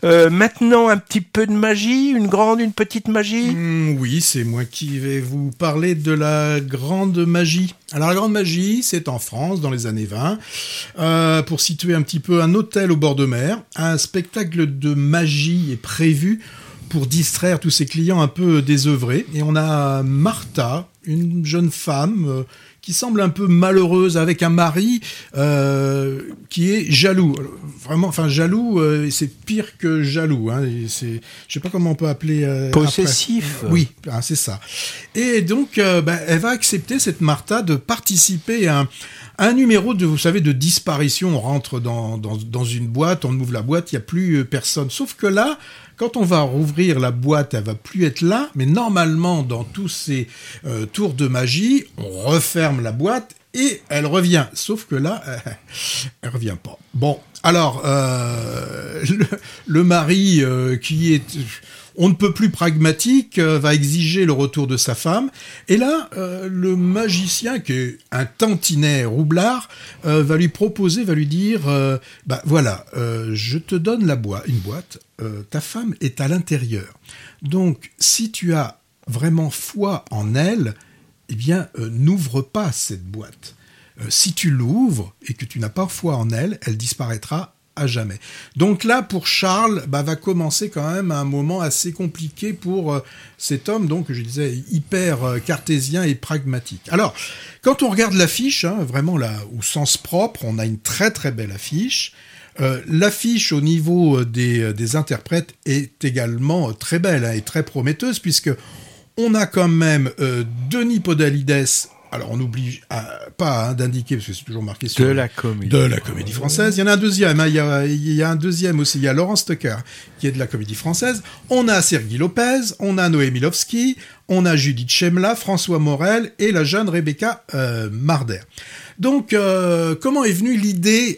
Maintenant, un petit peu de magie, une grande, une petite magie. Oui, c'est moi qui vais vous parler de la grande magie. Alors la grande magie, c'est en France, dans les années 20. Pour situer un petit peu un hôtel au bord de mer, un spectacle de magie est prévu pour distraire tous ses clients un peu désœuvrés. Et on a Martha, une jeune femme qui semble un peu malheureuse avec un mari qui est jaloux. Vraiment, enfin jaloux, c'est pire que jaloux. Hein. Je sais pas comment on peut appeler. Possessif. Après. Oui, hein, c'est ça. Et donc, elle va accepter cette Martha de participer à un numéro de, vous savez, de disparition. On rentre dans une boîte, on ouvre la boîte, il y a plus personne. Sauf que là, quand on va rouvrir la boîte, elle va plus être là, mais normalement, dans tous ces tours de magie, on referme la boîte et elle revient. Sauf que là, elle revient pas. Bon, alors, le mari qui est... on ne peut plus pragmatique, va exiger le retour de sa femme. Et là, le magicien, qui est un tantinet roublard, va lui proposer, va lui dire, voilà, je te donne une boîte, ta femme est à l'intérieur. Donc, si tu as vraiment foi en elle, eh bien, n'ouvre pas cette boîte. Si tu l'ouvres et que tu n'as pas foi en elle, elle disparaîtra à jamais. Donc là, pour Charles, va commencer quand même un moment assez compliqué pour cet homme, donc je disais hyper cartésien et pragmatique. Alors, quand on regarde l'affiche, hein, vraiment là, au sens propre, on a une très très belle affiche. L'affiche au niveau des interprètes est également très belle et très prometteuse, puisque on a quand même Denis Podalides. Alors, on n'oublie pas d'indiquer, parce que c'est toujours marqué sur... De la comédie française. Il y en a un deuxième, hein, il y a un deuxième aussi, il y a Laurence Tucker, qui est de la comédie française. On a Sergi Lopez, on a Noémie Lovski, on a Judith Chemla, François Morel et la jeune Rebecca Marder. Donc, comment est venue l'idée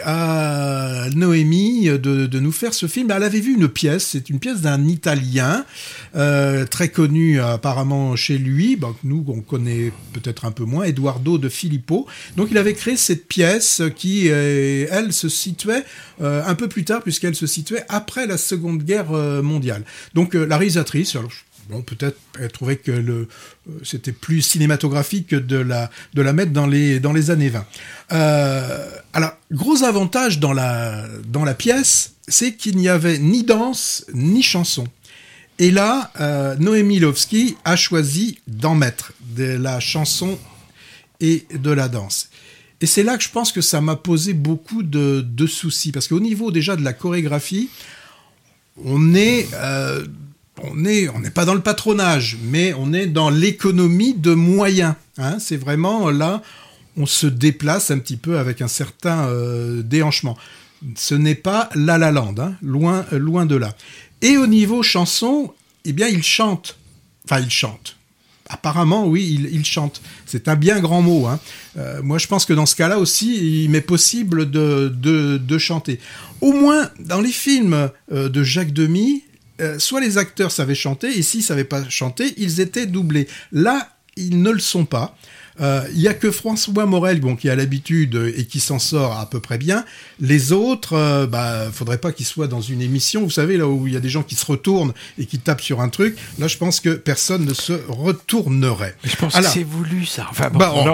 à Noémie de nous faire ce film ? Elle avait vu une pièce, c'est une pièce d'un Italien, très connu apparemment chez lui, nous on connaît peut-être un peu moins, Eduardo de Filippo. Donc il avait créé cette pièce qui, elle, se situait un peu plus tard, puisqu'elle se situait après la Seconde Guerre mondiale. Donc la réalisatrice... Bon, peut-être elle trouvait que c'était plus cinématographique que de la mettre dans les années 20. Alors, gros avantage dans la pièce, c'est qu'il n'y avait ni danse ni chanson. Et là, Noémie Lovski a choisi d'en mettre de la chanson et de la danse. Et c'est là que je pense que ça m'a posé beaucoup de soucis, parce qu'au niveau déjà de la chorégraphie, on n'est pas dans le patronage, mais on est dans l'économie de moyens. Hein. C'est vraiment là, on se déplace un petit peu avec un certain déhanchement. Ce n'est pas La La Land, hein, loin de là. Et au niveau chanson, eh bien, il chante. Enfin, il chante. Apparemment, oui, il chante. C'est un bien grand mot. Hein. Moi, je pense que dans ce cas-là aussi, il m'est possible de chanter. Au moins, dans les films de Jacques Demy, soit les acteurs savaient chanter, et s'ils ne savaient pas chanter, ils étaient doublés. Là, ils ne le sont pas. Il n'y a que François Morel qui a l'habitude et qui s'en sort à peu près bien. Les autres, faudrait pas qu'ils soient dans une émission, vous savez, là où il y a des gens qui se retournent et qui tapent sur un truc. Là, je pense que personne ne se retournerait. Mais je pense que c'est voulu, ça. Enfin,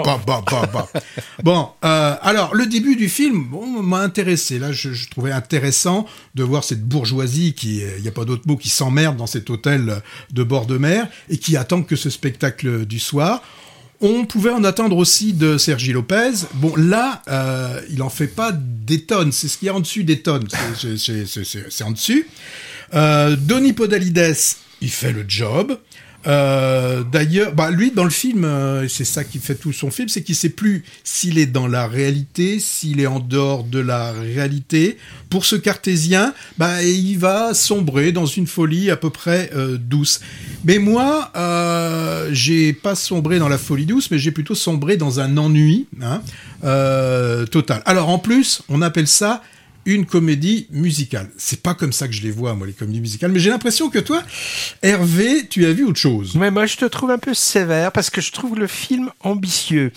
alors, le début du film m'a intéressé. Là, je trouvais intéressant de voir cette bourgeoisie qui, il n'y a pas d'autre mot, qui s'emmerde dans cet hôtel de bord de mer et qui attend que ce spectacle du soir. On pouvait en attendre aussi de Sergi Lopez. Bon, là, il en fait pas des tonnes. C'est ce qu'il y a en dessus des tonnes. C'est en dessus. Denis Podalides, il fait le job. D'ailleurs, lui, dans le film, c'est ça qui fait tout son film, c'est qu'il sait plus s'il est dans la réalité, s'il est en dehors de la réalité. Pour ce cartésien, il va sombrer dans une folie à peu près douce. Mais moi, j'ai pas sombré dans la folie douce, mais j'ai plutôt sombré dans un ennui total. Alors en plus, on appelle ça une comédie musicale. C'est pas comme ça que je les vois, moi, les comédies musicales, mais j'ai l'impression que toi, Hervé, tu as vu autre chose. Mais moi, je te trouve un peu sévère, parce que je trouve le film ambitieux.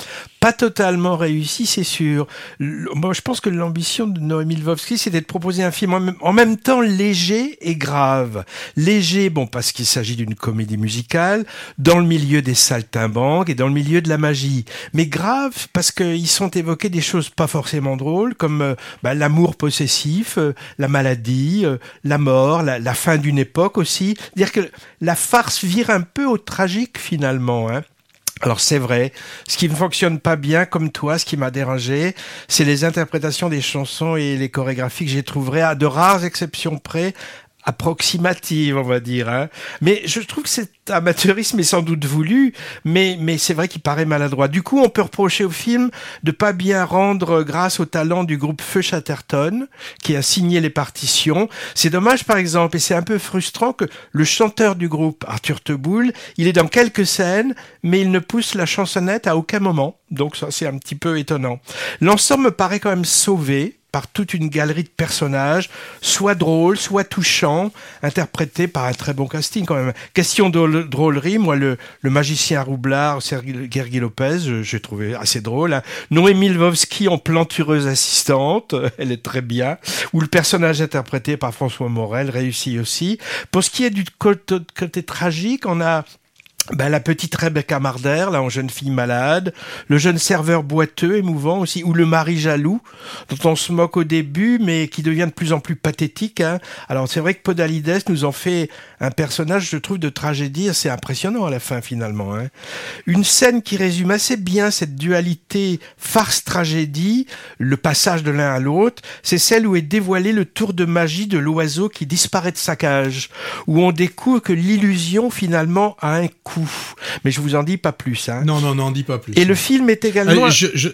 Pas totalement réussi, c'est sûr. Moi, je pense que l'ambition de Noémie Lvovsky, c'était de proposer un film en même temps léger et grave. Léger, bon, parce qu'il s'agit d'une comédie musicale, dans le milieu des saltimbanques et dans le milieu de la magie. Mais grave, parce qu'ils sont évoqués des choses pas forcément drôles, comme l'amour possessif, la maladie, la mort, la fin d'une époque aussi. Dire que la farce vire un peu au tragique finalement, hein. Alors c'est vrai, ce qui ne fonctionne pas bien comme toi, ce qui m'a dérangé, c'est les interprétations des chansons et les chorégraphies que j'ai trouvées à de rares exceptions près, approximative, on va dire, hein. Mais je trouve que cet amateurisme est sans doute voulu, mais c'est vrai qu'il paraît maladroit. Du coup, on peut reprocher au film de pas bien rendre grâce au talent du groupe Feu Chatterton, qui a signé les partitions. C'est dommage, par exemple, et c'est un peu frustrant que le chanteur du groupe, Arthur Teboul, il est dans quelques scènes, mais il ne pousse la chansonnette à aucun moment. Donc ça, c'est un petit peu étonnant. L'ensemble me paraît quand même sauvé par toute une galerie de personnages, soit drôles, soit touchants, interprétés par un très bon casting quand même. Question de drôlerie, moi le magicien roublard, Sergei Lopez, j'ai trouvé assez drôle, hein. Noémie Lvovsky en plantureuse assistante, elle est très bien, ou le personnage interprété par François Morel réussit aussi. Pour ce qui est du côté tragique, on a la petite Rebecca Marder, là, en jeune fille malade, le jeune serveur boiteux, émouvant aussi, ou le mari jaloux, dont on se moque au début, mais qui devient de plus en plus pathétique, hein. Alors, c'est vrai que Podalides nous en fait un personnage, je trouve, de tragédie assez impressionnant à la fin, finalement, hein. Une scène qui résume assez bien cette dualité farce-tragédie, le passage de l'un à l'autre, c'est celle où est dévoilé le tour de magie de l'oiseau qui disparaît de sa cage, où on découvre que l'illusion, finalement, a un coût. Mais je vous en dis pas plus, hein. Non, dis pas plus. Et le film est également...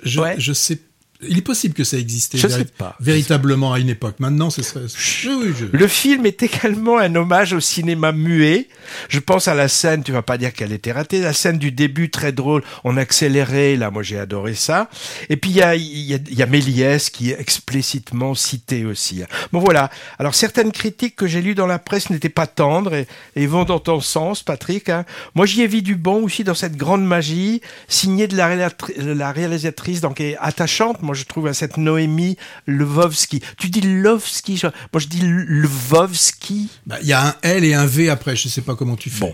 Je sais. Il est possible que ça existait véritablement à une époque. Maintenant, ce serait... Le film est également un hommage au cinéma muet. Je pense à la scène, tu vas pas dire qu'elle était ratée, la scène du début très drôle, en accéléré, là, moi j'ai adoré ça. Et puis il y a Méliès qui est explicitement cité aussi. Bon voilà. Alors certaines critiques que j'ai lues dans la presse n'étaient pas tendres et vont dans ton sens, Patrick, hein. Moi j'y ai vu du bon aussi dans cette grande magie, signée de la réalisatrice, donc est attachante. Moi, je trouve, à cette Noémie Lvovsky. Tu dis Lvovsky, moi je dis Lvovsky. Il y a un L et un V après, je sais pas comment tu fais. Bon,